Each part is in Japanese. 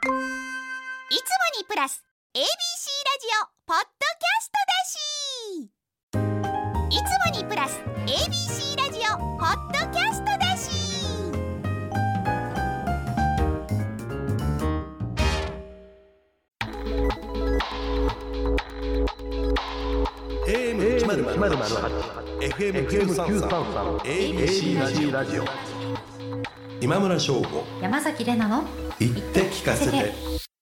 いつもにプラス ABC ラジオポッドキャストだし、いつもにプラス ABC ラジオポッドキャストだし。 AM1008 FM933 ABC ラジオ今村翔吾山崎怜奈の言って聞かせて。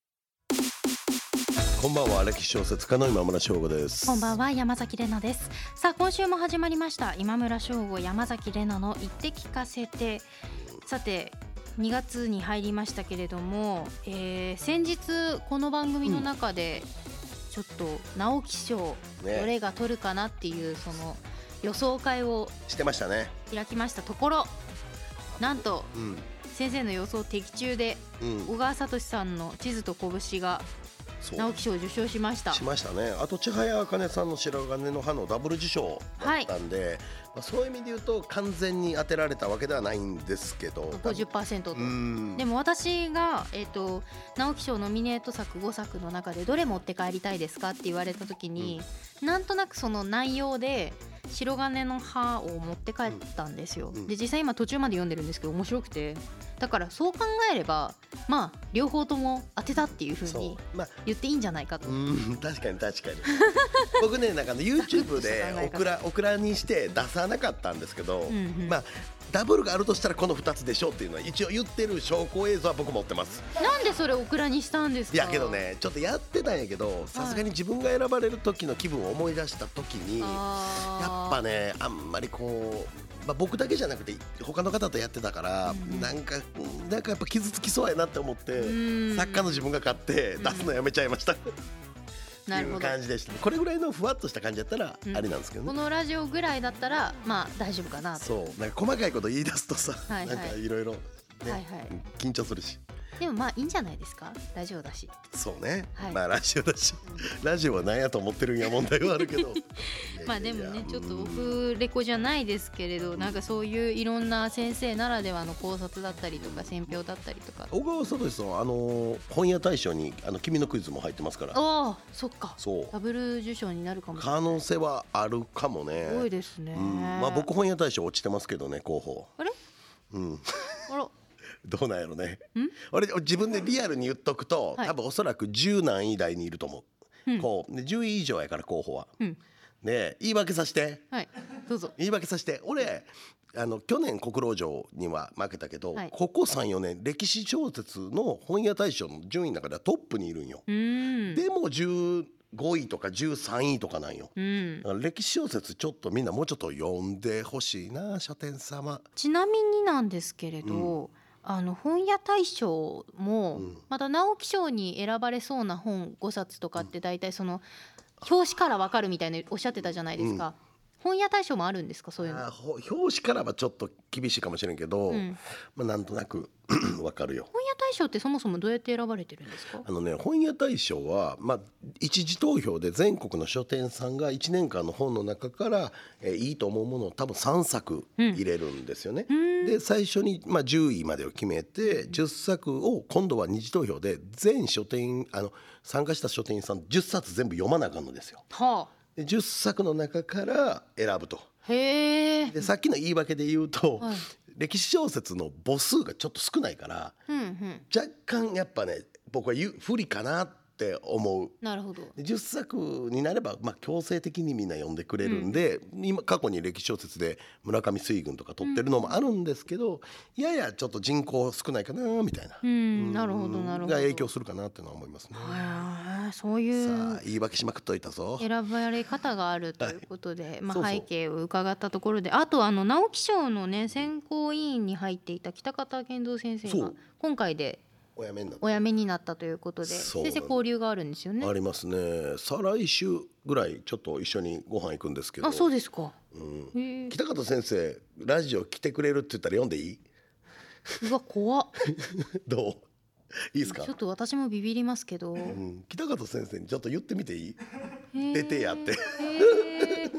こんばんは、歴史小説家の今村翔吾です。 こんばんは、山崎怜奈です。さあ、今週も始まりました今村翔吾山崎怜奈の言って聞かせて。さて2月に入りましたけれども、先日この番組の中でちょっと直木賞どれが取るかなっていうその予想会をしてましたね。 開きましたところ、なんと先生の予想的中で小川聡さんの地図と拳が直木賞を受賞しました。 しましたね。あと千早茜さんの白金の葉のダブル受賞だったんで、そういう意味で言うと完全に当てられたわけではないんですけど 50% と。でも私が、直木賞ノミネート作5作の中でどれ持って帰りたいですかって言われた時に、なんとなくその内容で白金の葉を持って帰ったんですよ。で実際今途中まで読んでるんですけど面白くて、だからそう考えればまあ両方とも当てたっていう風に言っていいんじゃないかと。 確かに僕ね、なんかYouTube でオクラにして出さなかったんですけど、ダブルがあるとしたらこの2つでしょっていうのは一応言ってる証拠映像は僕持ってます。 なんでそれオクラにしたんですか？ いやけどね、ちょっとやってたんやけど、さすがに自分が選ばれる時の気分を思い出した時に、やっぱね、あんまりこう、僕だけじゃなくて他の方とやってたから、なんかやっぱ傷つきそうやなって思って、作家の自分が買って出すのやめちゃいました。 なるほど。 いう感じでした。これぐらいのふわっとした感じだったらあれなんですけどね。 このラジオぐらいだったらまあ大丈夫かなと。 そう、なんか細かいこと言い出すとさ、なんかいろいろ緊張するし。 でもまあいいんじゃないですか、ラジオだし。 そうね、まあラジオだし、ラジオは何やと思ってるんや問題はあるけどまあでもね、ちょっとオフレコじゃないですけれど、なんかそういういろんな先生ならではの考察だったりとか選評だったりとか。 小川聡さん、本屋大賞に君のクイズも入ってますから。 ああ、そっか。 そう、 ダブル受賞になるかもしれない。 可能性はあるかもね。 すごいですね。 まあ僕本屋大賞落ちてますけどね、候補。 あれ？あら。 どうなんやろね。俺自分でリアルに言っとくと、多分おそらく10何位台にいると思う。こうで10位以上やから候補は。で言い訳させて。 はい、どうぞ。 言い訳させて。俺去年国老城には負けたけど、ここ 3,4 年歴史小説の本屋大賞の順位の中ではトップにいるんよ。でも15位とか13位とかなんよ。だから歴史小説ちょっとみんなもうちょっと読んでほしいな、書店様。 ちなみになんですけれど、本屋大賞もまた直木賞に選ばれそうな本5冊とかって大体その表紙から分かるみたいなおっしゃってたじゃないですか。本屋大賞もあるんですか、そういうの？ 表紙からはちょっと厳しいかもしれんけど、なんとなく分かるよ。 本屋大賞ってそもそもどうやって選ばれてるんですか？ 本屋大賞は、一次投票で全国の書店さんが1年間の本の中から、いいと思うものを多分3作入れるんですよね。で最初に、10位までを決めて10作を今度は二次投票で全書店参加した書店さん10冊全部読まなあかんのですよ。で10作の中から選ぶと。でさっきの言い訳で言うと、歴史小説の母数がちょっと少ないから、若干やっぱね、僕は不利かなって思う。 なるほど。 10作になれば、強制的にみんな読んでくれるんで、今過去に歴史小説で村上水軍とか取ってるのもあるんですけど、ややちょっと人口少ないかなみたいな、 なるほどなるほど。 が影響するかなっていうのは思いますね。 そういうさあ言い訳しまくっといたぞ。 選ばれ方があるということで、背景を伺ったところで、あと直木賞のね選考委員に入っていた北方健三先生が今回でお辞めになったということで、先生交流があるんですよね。 ありますね。再来週ぐらいちょっと一緒にご飯行くんですけど。 あ、そうですか。 北方先生ラジオ来てくれるって言ったら読んでいい？ うわ、怖っ。 どう？いいですか？ ちょっと私もビビりますけど、 北方先生にちょっと言ってみていい？出てやって。 結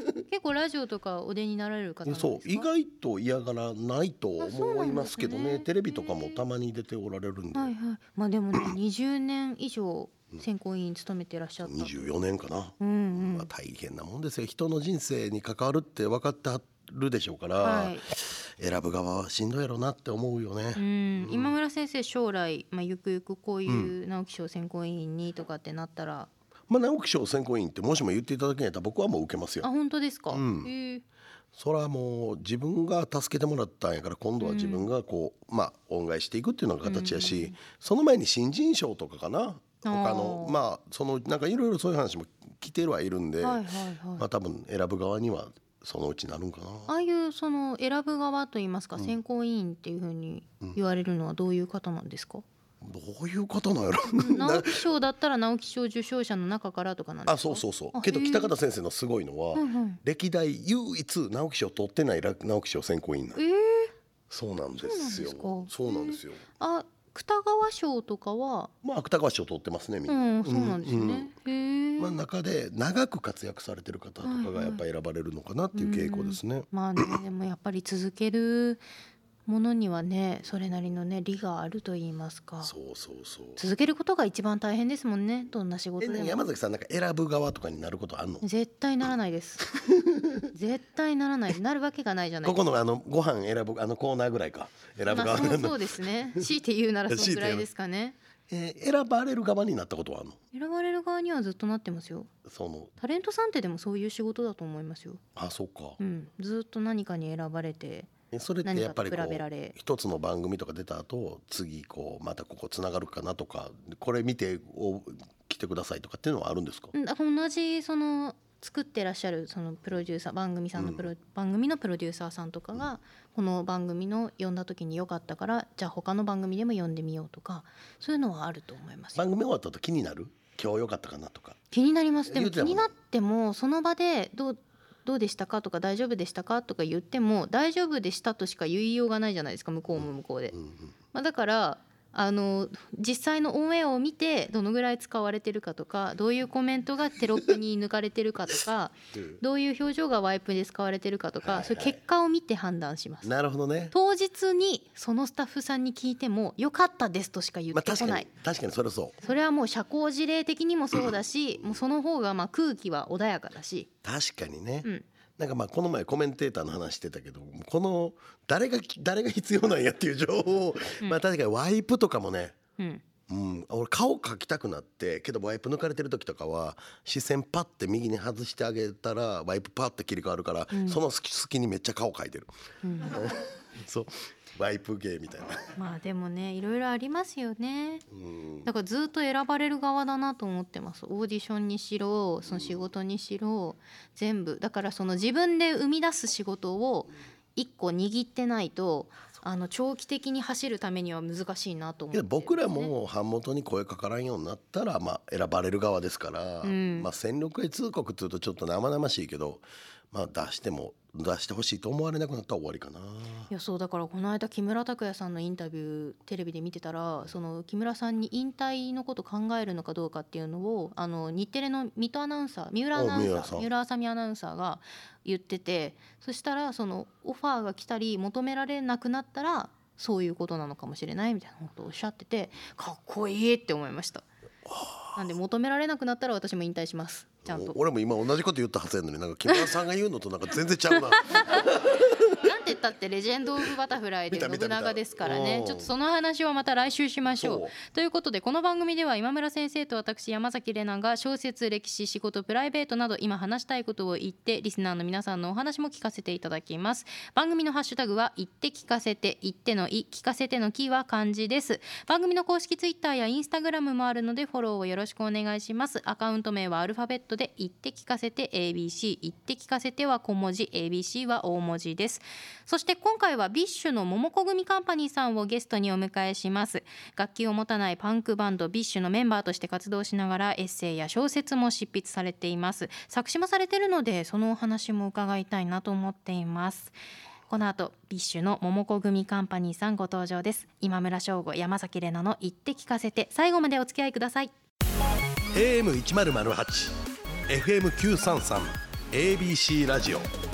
構ラジオとかお出になられる方なんですか？ そう意外と嫌がらないと思いますけどね。テレビとかもたまに出ておられるんで、 はいはい、まあでもね20年以上選考委員務めていらっしゃった。 24年かな、 うんうんまあ、大変なもんですよ。人の人生に関わるって分かってはるでしょうから、 はい、 選ぶ側はしんどいやろうなって思うよね。 今村先生将来、ゆくゆくこういう直木賞選考委員にとかってなったら、 直木賞選考委員ってもしも言っていただけないと僕はもう受けますよ。 あ、本当ですか？ それはもう自分が助けてもらったんやから、今度は自分がこう、恩返ししていくっていうのが形やし、その前に新人賞とかかな、他のそのなんかいろいろそういう話も来てはいるんで、多分選ぶ側にはそのうちなるんかな。 ああいうその選ぶ側といいますか、選考委員っていうふうに言われるのはどういう方なんですか？ どういう方なんやろ直木賞だったら直木賞受賞者の中からとかなんですか？ そうけど北方先生のすごいのは、歴代唯一直木賞取ってない直木賞選考委員なん、そうなんですよ。そうなんですよ。 芥川賞とかは芥川賞取ってますね、みんな。 そうなんですね。 中で長く活躍されてる方とかがやっぱり選ばれるのかなっていう傾向ですね。 でもやっぱり続けるものにはね、それなりのね利があると言いますか。そう続けることが一番大変ですもんね、どんな仕事でも。 山崎さんなんか選ぶ側とかになることあんの？ 絶対ならないです絶対ならない、なるわけがないじゃないですか。 ここのご飯選ぶコーナーぐらいか、選ぶ側そうですね強いて言うならそのぐらいですかね選ばれる側になったことはあるの？選ばれる側にはずっとなってますよ。タレントさんってでもそういう仕事だと思いますよ。 そうか、 ずっと何かに選ばれて、 それってやっぱりこう一つの番組とか出た後、次こうまたここつながるかなとか、これ見て来てくださいとかっていうのはあるんですか？ 同じその作ってらっしゃるそのプロデューサー、番組のプロデューサーさんとかが、この番組の読んだ時に良かったから、じゃあ他の番組でも読んでみようとか、そういうのはあると思います。 番組終わった後気になる？今日良かったかなとか。 気になります。でも気になってもその場でどうでしたかとか、大丈夫でしたかとか言っても、大丈夫でしたとしか言いようがないじゃないですか、向こうも向こうで。だから実際のオンエアを見てどのぐらい使われてるかとか、どういうコメントがテロップに抜かれてるかとかどういう表情がワイプで使われてるかとか、そういう結果を見て判断します。 なるほどね。 当日にそのスタッフさんに聞いても良かったですとしか言ってこない。 確かにそれそれはもう社交辞令的にもそうだし、もうその方が空気は穏やかだし。 確かにね、なんかこの前コメンテーターの話してたけど、この誰が必要なんやっていう情報を、確かにワイプとかもね、俺顔描きたくなって、けどワイプ抜かれてる時とかは視線パッて右に外してあげたらワイプパッて切り替わるから、その隙にめっちゃ顔描いてる、そうワイプ芸みたいな。 でもね、いろいろありますよね。だからずっと選ばれる側だなと思ってます。オーディションにしろ、その仕事にしろ、全部だから、その自分で生み出す仕事を一個握ってないと、長期的に走るためには難しいなと思って、 僕らも版元に声かからんようになったら、選ばれる側ですから、戦力外通告っていうとちょっと生々しいけど、出してほしいと思われなくなったら終わりかな。 そうだから、この間木村拓哉さんのインタビューテレビで見てたら、その木村さんに引退のこと考えるのかどうかっていうのを日テレの水戸アナウンサー、三浦あさみアナウンサーが言ってて、そしたらそのオファーが来たり求められなくなったらそういうことなのかもしれないみたいなことをおっしゃってて、かっこいいって思いました。なんで求められなくなったら私も引退します、ちゃんと。俺も今同じこと言ったはずやのに、なんか木村さんが言うのとなんか全然ちゃうななんて言ったってレジェンド・オブ・バタフライで信長ですからね。ちょっとその話はまた来週しましょう。ということで、この番組では今村先生と私山崎怜奈が小説、歴史、仕事、プライベートなど今話したいことを言って、リスナーの皆さんのお話も聞かせていただきます。番組のハッシュタグは言って聞かせて、言ってのい、聞かせてのきは漢字です。番組の公式ツイッターやインスタグラムもあるのでフォローをよろしくお願いします。アカウント名はアルファベットで言って聞かせて ABC、 言って聞かせては小文字、 ABC は大文字です。そして今回はビッシュの桃子組カンパニーさんをゲストにお迎えします。楽器を持たないパンクバンドビッシュのメンバーとして活動しながらエッセイや小説も執筆されています。作詞もされているので、そのお話も伺いたいなと思っています。この後ビッシュの桃子組カンパニーさんご登場です。今村翔吾、山崎怜奈の言って聞かせて、最後までお付き合いください。 AM1008 FM933 ABC ラジオ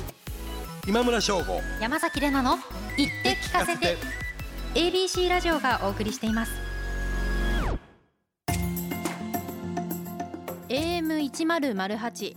今村翔吾山崎怜奈の言って聞かせて ABC ラジオがお送りしています。 AM1008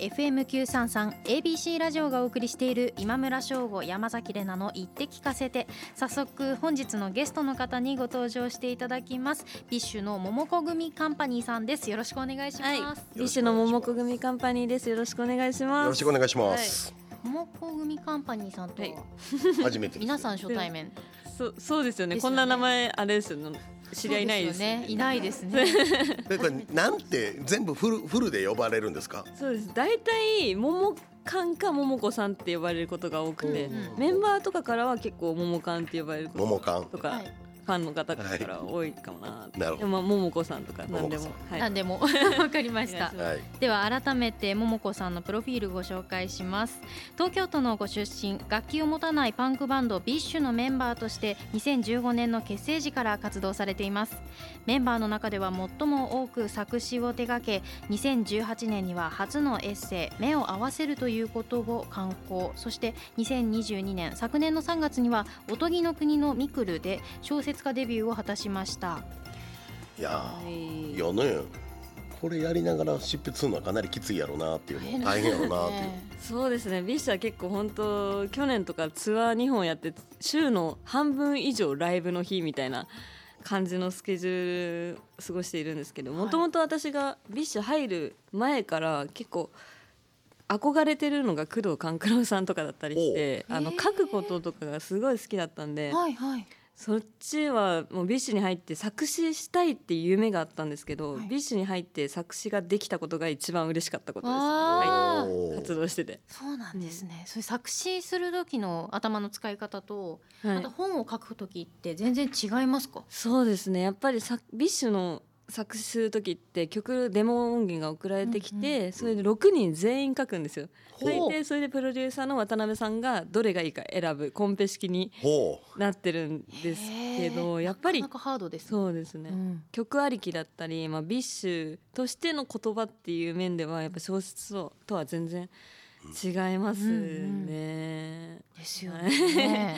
FM933 ABC ラジオがお送りしている今村翔吾山崎怜奈の言って聞かせて、早速本日のゲストの方にご登場していただきます。ビッシュの桃子組カンパニーさんです。よろしくお願いします、 はい、ビッシュの桃子組カンパニーです。よろしくお願いします。 よろしくお願いします、 桃子組カンパニーさんとは、 初めてです皆さん初対面そうですよね。 ですよねこんな名前あれですよね。知り合いないですよね。いないですねでこれなんて全部フルで呼ばれるんですか？ そうです。大体桃缶か桃子さんって呼ばれることが多くて、メンバーとかからは結構桃缶って呼ばれること桃缶とか、 はいファンの方から多いかもな、 なるほど。 でも桃子さんとか何でも、 何でもわかりました。 はい、 では改めて桃子さんのプロフィールご紹介します。東京都のご出身、楽器を持たないパンクバンドビッシュのメンバーとして2015年の結成時から活動されています。メンバーの中では最も多く作詞を手掛け、2018年には初のエッセイ目を合わせるということを刊行。そして2022年昨年の3月にはおとぎの国のミクルで小説家デビューを果たしました。 いやいやね、これやりながら執筆するのはかなりきついやろうなっていうの、大変やろうなっていう。 そうですね。ビッシュは結構本当去年とかツアー2本やって週の半分以上ライブの日みたいな感じのスケジュール過ごしているんですけど、もともと私がビッシュ入る前から結構憧れてるのが工藤官九郎さんとかだったりして、書くこととかがすごい好きだったんで、 はいはい、 そっちはもうビッシュに入って作詞したいっていう夢があったんですけど、ビッシュに入って作詞ができたことが一番嬉しかったことです、活動してて。 そうなんですね、そういう作詞する時の頭の使い方と、あと本を書く時って全然違いますか？ そうですね、やっぱりビッシュの作詞する時って曲デモ音源が送られてきて、それで6人全員書くんですよ。書いて、それでプロデューサーの渡辺さんがどれがいいか選ぶコンペ式になってるんですけど、やっぱりなかなかハードですね。 そうですね、曲ありきだったり、ビッシュとしての言葉っていう面ではやっぱ小説とは全然違いますね、 ですよね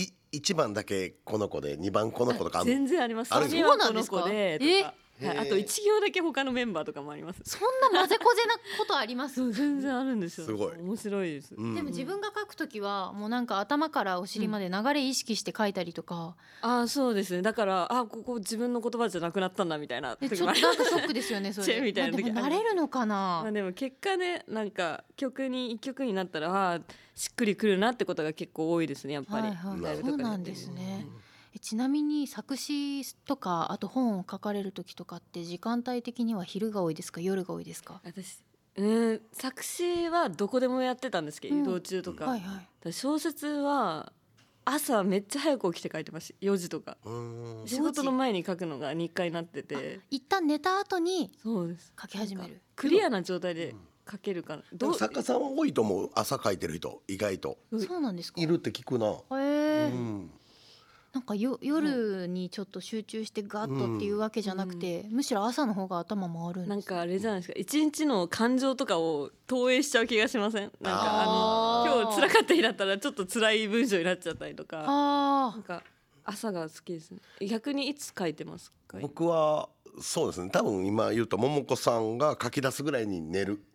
1番だけこの子で2番この子とか全然あります。 あるんですか？ 3番この子でとか、あと1行だけ他のメンバーとかもあります。 そんな混ぜこぜなことあります？ 全然あるんですよ。 すごい面白いです、 でも自分が書くときはもうなんか頭からお尻まで流れ意識して書いたりとか、 そうですね。だからここ自分の言葉じゃなくなったんだみたいな時ちょっとなんかショックですよねそれみたいな時でも慣れるのかな。 でも結果ね、なんか1曲になったらしっくりくるなってことが結構多いですね、やっぱり、 そうなんですね。ちなみに作詞とかあと本を書かれる時とかって時間帯的には昼が多いですか夜が多いですか？ 私作詞はどこでもやってたんですけど、移動中とか、小説は朝めっちゃ早く起きて書いてます。4時とか仕事の前に書くのが日課になってて、 一旦寝た後にそうです書き始める。 クリアな状態で書けるかな。 でも作家さんは多いと思う。朝書いてる人意外とそうなんですか？ いるって聞くな。 なんか夜にちょっと集中してガッとっていうわけじゃなくて、むしろ朝の方が頭回るんです。 なんかあれじゃないですか、一日の感情とかを投影しちゃう気がしません？なんか今日辛かった日だったらちょっと辛い文章になっちゃったりとか、なんか朝が好きですね。逆にいつ書いてますか？ 僕はそうですね、多分今言うと桃子さんが書き出すぐらいに寝る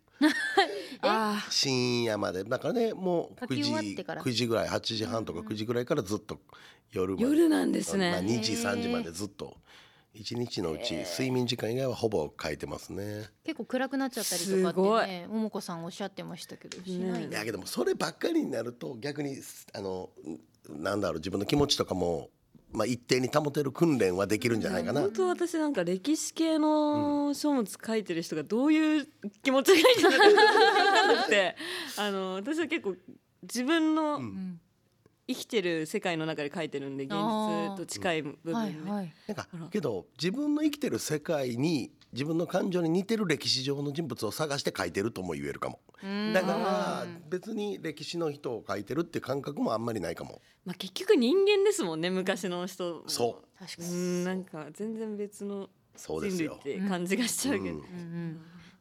深夜までだからね、もう9時ぐらい、8時半とか9時ぐらいからずっと夜なんですね、 2時3時までずっと1日のうち睡眠時間以外はほぼ書いてますね。 結構暗くなっちゃったりとかってね、桃子さんおっしゃってましたけど、しない？ いやけどもそればっかりになると逆になんだろう、自分の気持ちとかも一定に保てる訓練はできるんじゃないかな。 本当私なんか歴史系の書物書いてる人がどういう気持ちがいいんだろうって私は結構自分の生きてる世界の中で書いてるんで、現実と近い部分で、なんかけど自分の生きてる世界に自分の感情に似てる歴史上の人物を探して書いてるとも言えるかも。だから別に歴史の人を書いてるって感覚もあんまりないかも。 結局人間ですもんね、昔の人も。 そう確かになんか全然別の人類って感じがしちゃうけど、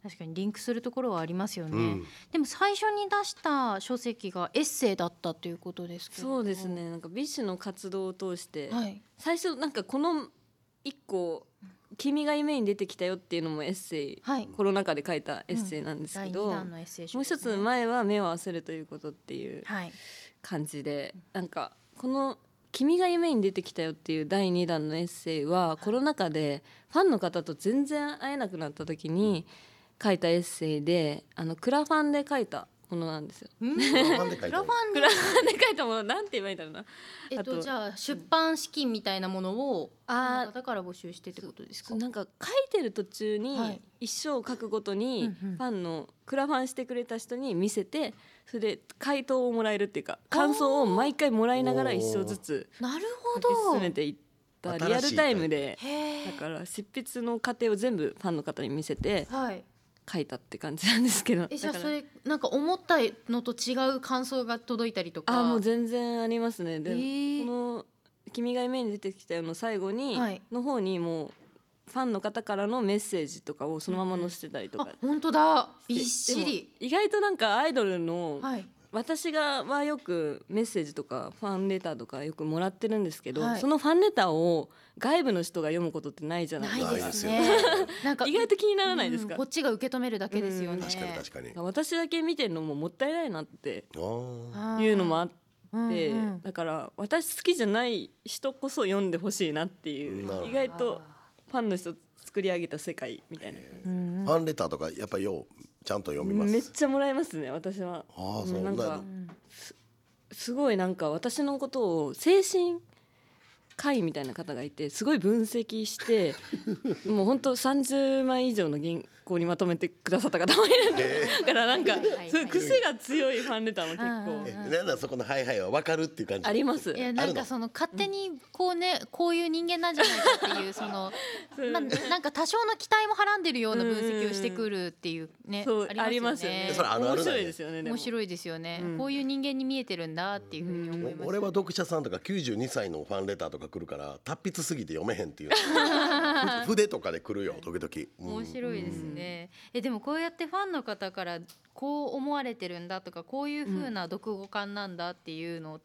確かにリンクするところはありますよね、 うん、 でも最初に出した書籍がエッセイだったということですけど。 そうですね、なんかビッシュの活動を通して、 はい、 最初なんかこの一個君が夢に出てきたよっていうのもエッセイ、 はい、 コロナ禍で書いたエッセイなんですけど、 第2弾のエッセイ集もう一つ前は目を合わせるということっていうはい感じで、なんかこの君が夢に出てきたよっていう第2弾のエッセイはコロナ禍でファンの方と全然会えなくなった時に書いたエッセイで、クラファンで書いたものなんですよ。 クラファンで書いてクラファンクラファンで書いたものなんて言えばいいんだろうな。あとじゃあ出版資金みたいなものをあ方から募集してってことですか。 なんか書いてる途中に、 はい、 一生書くごとにうんうんファンのクラファンしてくれた人に見せて、それで回答をもらえるっていうか感想を毎回もらいながら一生ずつなるほ書きど。 進めていったリアルタイムで、 へーだから執筆の過程を全部ファンの方に見せてはい書いたって感じなんですけど、 じゃあだからそれなんか思ったのと違う感想が届いたりとか。 もう全然ありますね。で、 ーこの「君が夢に出てきたよ」の最後に、 はいの方にもうファンの方からのメッセージとかをそのまま載せてたりとか、 本当だ、びっでしり。 でも意外となんかアイドルの、 はい私はよくメッセージとかファンレターとかよくもらってるんですけど、 はいそのファンレターを外部の人が読むことってないじゃないですか。 ないですね。なんか意外と気にならないですか、 こっちが受け止めるだけですよね。 確かに確かに。 私だけ見てるのももったいないなってあいうのもあって、 うんうんだから私好きじゃない人こそ読んでほしいなっていう、 なるほど意外とファンの人作り上げた世界みたいな、 ーファンレターとかやっぱりちゃんと読みます。 めっちゃもらえますね私は。 ああそうなんかうんすごいなんか私のことを精神科医みたいな方がいて、すごい分析してもうほんと30枚以上の原稿にまとめてくださった方もいるんで、だからなんかはいはいそういう癖が強いファンレターも結構なんだそこのハイハイは分かるっていう感じ。 あります。 いやなんかその勝手にこうね、こういう人間なんじゃないかっていうそのなんか多少の期待もはらんでるような分析をしてくるっていうね、 そうありますよね。 それあるある面だね白いですよね。でも面白いですよね、 うんこういう人間に見えてるんだっていうふうに思います。 俺は読者さんとか92歳のファンレターとか来るから達筆すぎて読めへんっていう筆とかで来るよ時々、 面白いですね、でもこうやってファンの方からこう思われてるんだとかこういう風な読後感なんだっていうのって、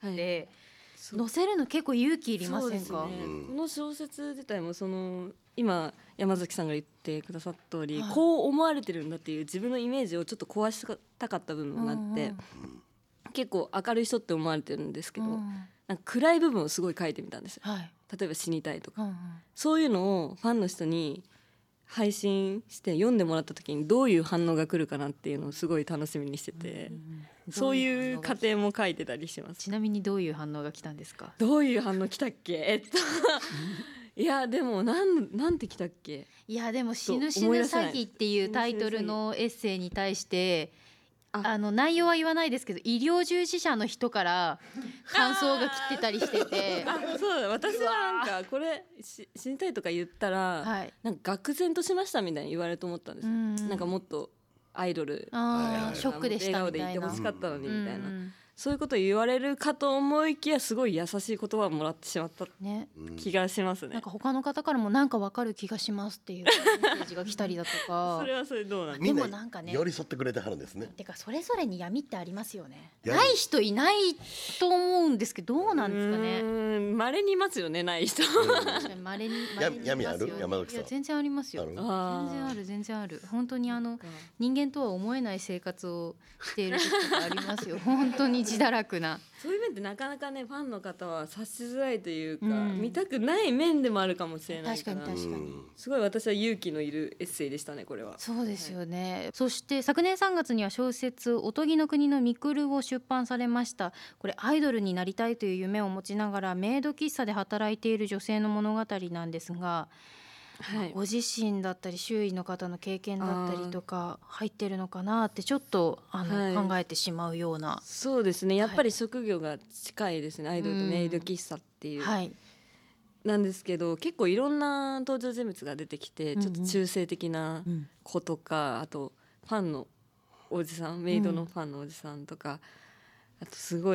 載せるの結構勇気いりませんか？ そうですね、この小説自体もその今山崎さんが言ってくださった通り、 はいこう思われてるんだっていう自分のイメージをちょっと壊したかった部分があって、結構明るい人って思われてるんですけど、なんか暗い部分をすごい書いてみたんですよ。 はい例えば死にたいとか、 うんうんそういうのをファンの人に配信して読んでもらった時にどういう反応が来るかなっていうのをすごい楽しみにしてて、そういう過程も書いてたりします。 ちなみにどういう反応が来たんですか？ どういう反応来たっけいやでもなんて来たっけ。 いやでも死ぬ死ぬ詐欺っていうタイトルのエッセイに対して内容は言わないですけど医療従事者の人から感想が来てたりしててそうだ、私はなんかこれ死にたいとか言ったら、 はいなんか愕然としましたみたいに言われると思ったんですよ。なんかもっとアイドルショックでしたみたいな笑顔でいてほしかったのにみたいな、 うんそういうこと言われるかと思いきやすごい優しい言葉をもらってしまったね、 気がしますね。 なんか他の方からもなんかわかる気がしますっていうメッセージが来たりだとかそれはそれどうなんみんでもなんかね寄り添ってくれてはるんですね。 てかそれぞれに闇ってありますよね。 闇ない人いないと思うんですけどどうなんですかね。 稀にいますよね、ない人。 確かに稀に闇あるいますよ山崎さんいや全然ありますよ。 ある全然ある全然ある。本当に人間とは思えない生活をしている時とかありますよ。本当に自堕落な。 そういう面ってなかなかねファンの方は察しづらいというか、 うん見たくない面でもあるかもしれないから、 確かに確かに。 すごい私は勇気のいるエッセイでしたねこれは。 そうですよね、そして昨年3月には小説おとぎの国のミクルを出版されました。これアイドルになりたいという夢を持ちながらメイド喫茶で働いている女性の物語なんですが、 はい、 ご自身だったり周囲の方の経験だったりとか入ってるのかなってちょっとはい考えてしまうような。 そうですね、やっぱり職業が近いですね、アイドルとメイド喫茶っていう、 はい、 なんですけど結構いろんな登場人物が出てきて、 うんうんちょっと中性的な子とか、あとファンのおじさん、メイドのファンのおじさんとか、あとすごい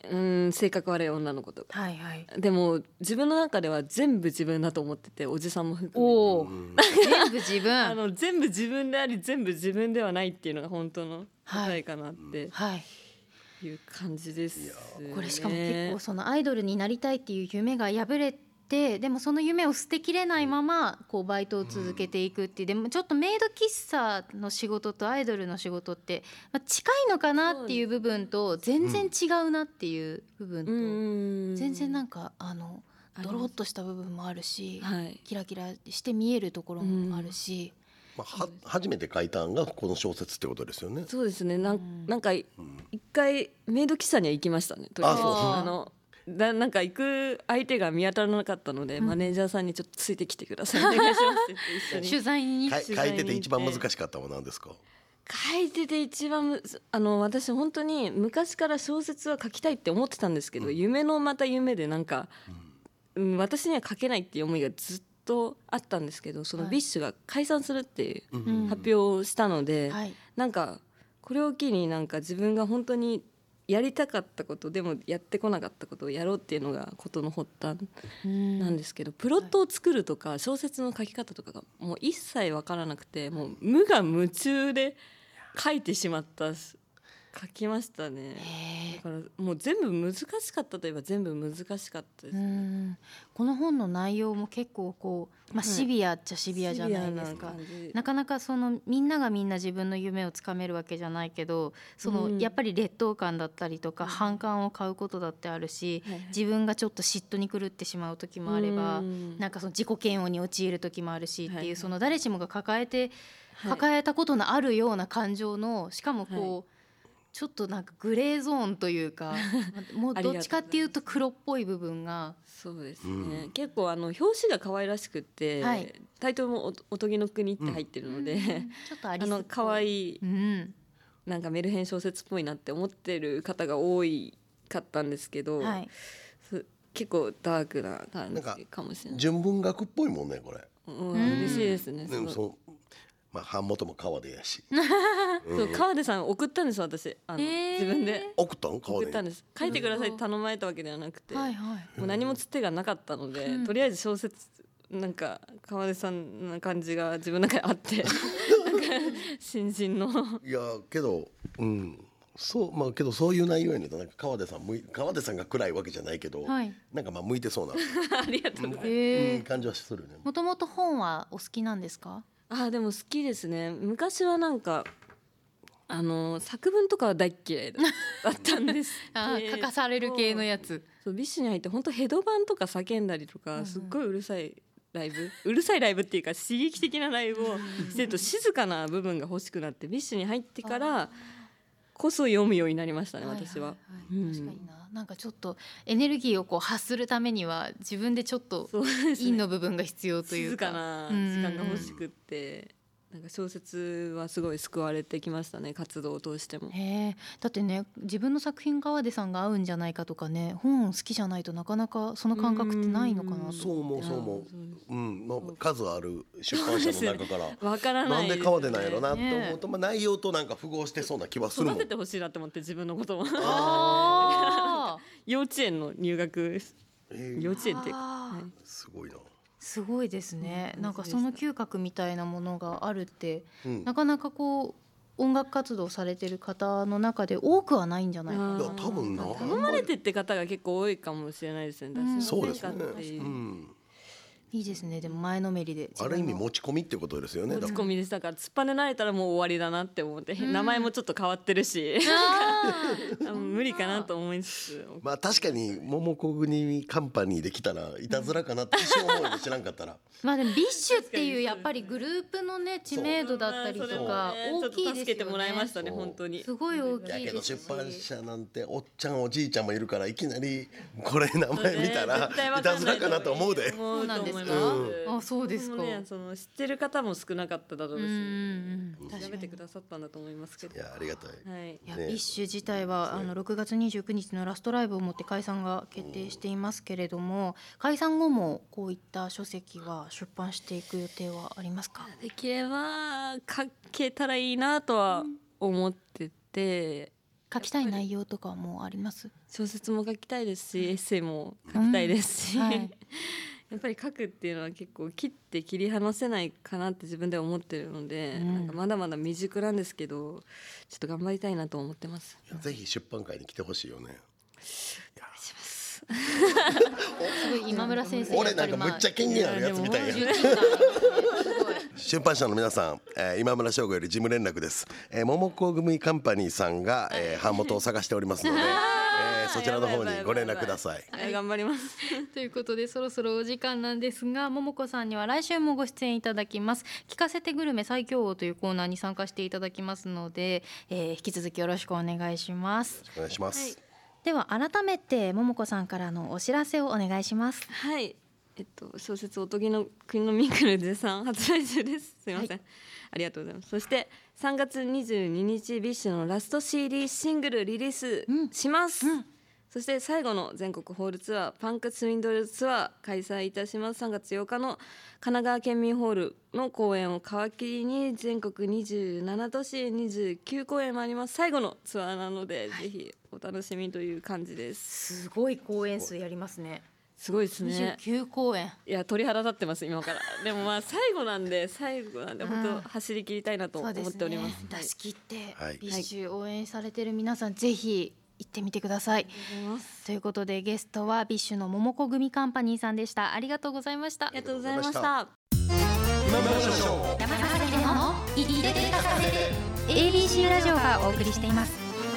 性格悪い女の子とか、 はいはい。 でも自分の中では全部自分だと思ってて、おじさんも含めておお、全部自分。 全部自分であり全部自分ではないっていうのが本当の答えかなってはい。 いう感じですね。 これしかも結構そのアイドルになりたいっていう夢が破れて、でもその夢を捨てきれないままこうバイトを続けていくっていう、でもちょっとメイド喫茶の仕事とアイドルの仕事って、近いのかなっていう部分と全然違うなっていう部分と、全然なんかドロッとした部分もあるし、 はいキラキラして見えるところもあるし、 初めて書いたんがこの小説ってことですよね。 そうですね。なんか一回メイド喫茶には行きましたね。とりあえずなんか行く相手が見当たらなかったので、マネージャーさんにちょっとついてきてください、お願いしますって一緒に取材に書いてて一番難しかったのは何ですか？ 書いてて一番私本当に昔から小説は書きたいって思ってたんですけど、夢のまた夢でなんか、私には書けないっていう思いがずっとあったんですけど、そのビッシュが解散するっていう発表をしたので、なんかこれを機になんか自分が本当にやりたかったことでもやってこなかったことをやろうっていうのがことの発端なんですけど、プロットを作るとか小説の書き方とかがもう一切分からなくて、もう無我夢中で書いてしまった書きましたね。だからもう全部難しかったといえば全部難しかったです、 この本の内容も結構こう、シビアっちゃシビアじゃないですか。なかなかそのみんながみんな自分の夢をつかめるわけじゃないけど、そのやっぱり劣等感だったりとか反感を買うことだってあるし、自分がちょっと嫉妬に狂ってしまう時もあれば、なんかその自己嫌悪に陥る時もあるしっていう、その誰しもが抱えたことのあるような感情の、しかもこう、ちょっとなんかグレーゾーンというかもうどっちかっていうと黒っぽい部分が。 そうですね、結構表紙が可愛らしくて、タイトルもおとぎの国って入ってるので、 ちょっとアリスっぽい可愛い、なんかメルヘン小説っぽいなって思ってる方が多かったんですけど、結構ダークな感じかもしれない。 純文学っぽいもんねこれ。 嬉しいですね。 版元も川でやしそう川出さん送ったんです私、自分で送ったの？川送ったんです。書いてくださいって頼まれたわけではなくて、もう何もつてがなかったので、とりあえず小説なんか川出さんな感じが自分の中であってなんか新人のいやけどそうけどそういう内容やねんと、なんか川出さんが暗いわけじゃないけど、なんか向いてそうなありがとうございます、 感じはするね。 もともと本はお好きなんですか？ でも好きですね。昔はなんか作文とかは大っ嫌いだったんです書かされる系のやつ。 そうビッシュに入って本当ヘドバンとか叫んだりとか、すっごいうるさいライブっていうか刺激的なライブをしてると静かな部分が欲しくなって、ビッシュに入ってからこそ読むようになりましたね、私は。 確かにな、なんかちょっとエネルギーをこう発するためには自分でちょっと陰の部分が必要というか、 静かな時間が欲しくって、なんか小説はすごい救われてきましたね、活動を通しても。 だってね、自分の作品川出さんが合うんじゃないかとかね、本好きじゃないとなかなかその感覚ってないのかなと。 そう思う、数ある出版社の中からわからないなんで川出なんやろなって思うと、内容となんか符合してそうな気はするもん。 育ててほしいなって思って、自分のことも幼稚園の入学、幼稚園っていうか、 すごいな。 すごいですね。なんかその嗅覚みたいなものがあるって、なかなかこう音楽活動されてる方の中で多くはないんじゃないかな。 多分な、 頼まれてって方が結構多いかもしれないですね。 そうですね。 いいですね。でも前のめりである意味持ち込みってことですよね。 持ち込みです。だから突っぱねられたらもう終わりだなって思って、名前もちょっと変わってるし無理かなと思いつつ、 確かに桃子国カンパニーできたらいたずらかなって一生思いで知らんかったらでもビッシュっていうやっぱりグループのね知名度だったりとか大きいですよね。 助けてもらいましたね、本当に。 すごい大きいですし。 やけど出版社なんておっちゃんおじいちゃんもいるから、いきなりこれ名前見たらいたずらかなと思うで。 そうなんですか。そうですか。 その知ってる方も少なかっただろうし、調べてくださったんだと思いますけど。 いやありがたい。 いやビッシュ自体は6月29日のラストライブをもって解散が決定していますけれども、解散後もこういった書籍は出版していく予定はありますか？ できれば書けたらいいなとは思ってて、 書きたい内容とかはもうあります？ 小説も書きたいですし、エッセイも書きたいですし、 はい、 やっぱり書くっていうのは結構切って切り離せないかなって自分では思ってるので、なんかまだまだ未熟なんですけど、ちょっと頑張りたいなと思ってます。 ぜひ出版会に来てほしいよね。 すごい今村先生俺なんかむっちゃ権限あるやつみたいや。出版社の皆さん、今村翔吾より事務連絡です。桃子組カンパニーさんが、版元を探しておりますので、そちらの方にご連絡ください。 はい、頑張りますということでそろそろお時間なんですが、桃子さんには来週もご出演いただきます。聞かせてグルメ最強王というコーナーに参加していただきますので、引き続きよろしくお願いします。 お願いします。はい、 では改めて桃子さんからのお知らせをお願いします。 はい、小説おとぎの国のミンクル絶賛発売中です。すいません、はい、ありがとうございます。そして3月22日ビッシュのラスト CD シングルリリースします、そして最後の全国ホールツアーパンクスウィンドルツアー開催いたします。3月8日の神奈川県民ホールの公演を皮切りに全国27都市29公演もあります。最後のツアーなので、ぜひお楽しみという感じです。 すごい公演数やりますね。 すごいですね。 29公演。 いや鳥肌立ってます今から。でもまあ最後なんで本当走り切りたいなと思っております。 出し切ってはい、 ビッシュ応援されてる皆さん、ぜひ行ってみてください。ということでゲストはビッシュの桃子組カンパニーさんでした。ありがとうございました。 ありがとうございました。 今村翔吾、 山崎での言って聞かせて ABC ラジオがお送りしています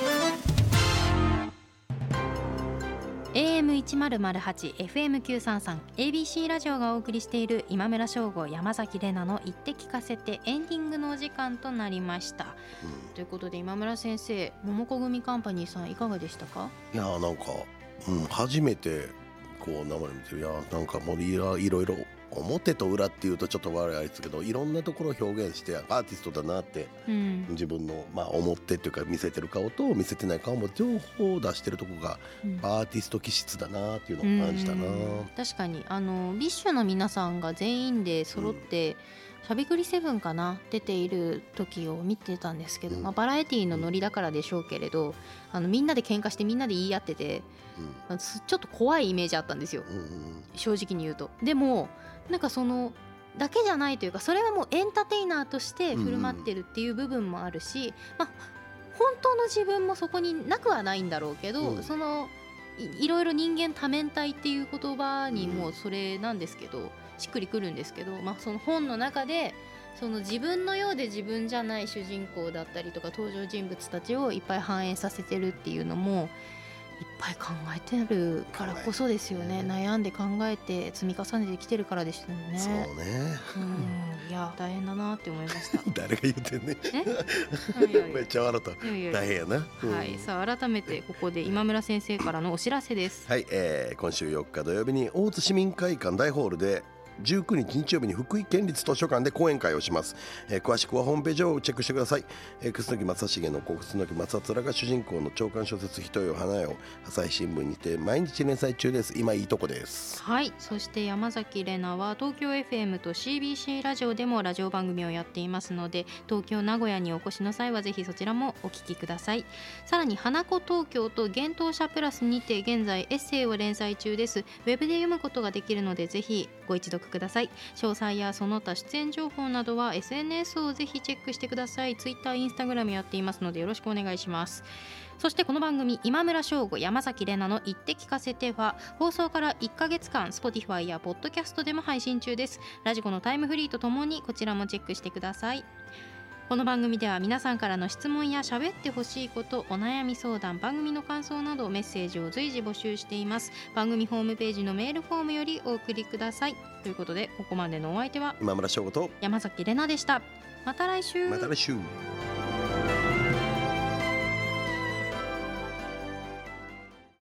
。AM1008 FM933 ABC ラジオがお送りしている今村翔吾山崎怜奈の言って聞かせてエンディングのお時間となりました、ということで今村先生、桃子組カンパニーさんいかがでしたか？ いやなんか、初めてこう生で見てる。いやなんかもういろいろ表と裏っていうとちょっと悪いあれですけど、いろんなところを表現してアーティストだなって、自分の思ってっていうか見せてる顔と見せてない顔も両方出してるとこが、アーティスト気質だなっていうのを感じたな。 確かにビッシュの皆さんが全員で揃って、しゃべくり7かな出ている時を見てたんですけど、バラエティのノリだからでしょうけれど、みんなで喧嘩してみんなで言い合ってて、ちょっと怖いイメージあったんですよ、正直に言うと。でもなんかそのだけじゃないというか、それはもうエンターテイナーとして振る舞ってるっていう部分もあるし、本当の自分もそこになくはないんだろうけど、そのいろいろ人間多面体っていう言葉にもそれなんですけど、しっくりくるんですけど、その本の中でその自分のようで自分じゃない主人公だったりとか登場人物たちをいっぱい反映させてるっていうのもいっぱい考えてるからこそですよね。悩んで考えて積み重ねてきてるからでしたよね。 そうね、 いや大変だなって思いました誰が言ってんねめっちゃ笑った。大変やな。 はい、さあ改めてここで今村先生からのお知らせです。 はい、今週4日土曜日に大津市民会館大ホールで19日日曜日に福井県立図書館で講演会をします。詳しくはホームページをチェックしてください。楠木正成の楠木正虎が主人公の長官小説人よ花よ、朝日新聞にて毎日連載中です。今いいとこです。 はい、そして山崎怜奈は東京 FM と CBC ラジオでもラジオ番組をやっていますので、東京名古屋にお越しの際はぜひそちらもお聞きください。さらに花子東京と幻冬舎プラスにて現在エッセイを連載中です。ウェブで読むことができるのでぜひご一読ください。詳細やその他出演情報などは SNS をぜひチェックしてください。 Twitter、Instagram やっていますのでよろしくお願いします。そしてこの番組今村翔吾山崎怜奈の言って聞かせては放送から1ヶ月間 Spotify や Podcast でも配信中です。ラジコのタイムフリーとともにこちらもチェックしてください。この番組では皆さんからの質問や喋ってほしいこと、お悩み相談、番組の感想などメッセージを随時募集しています。番組ホームページのメールフォームよりお送りください。ということでここまでのお相手は今村翔吾と山崎怜奈でした。また来週。 また来週。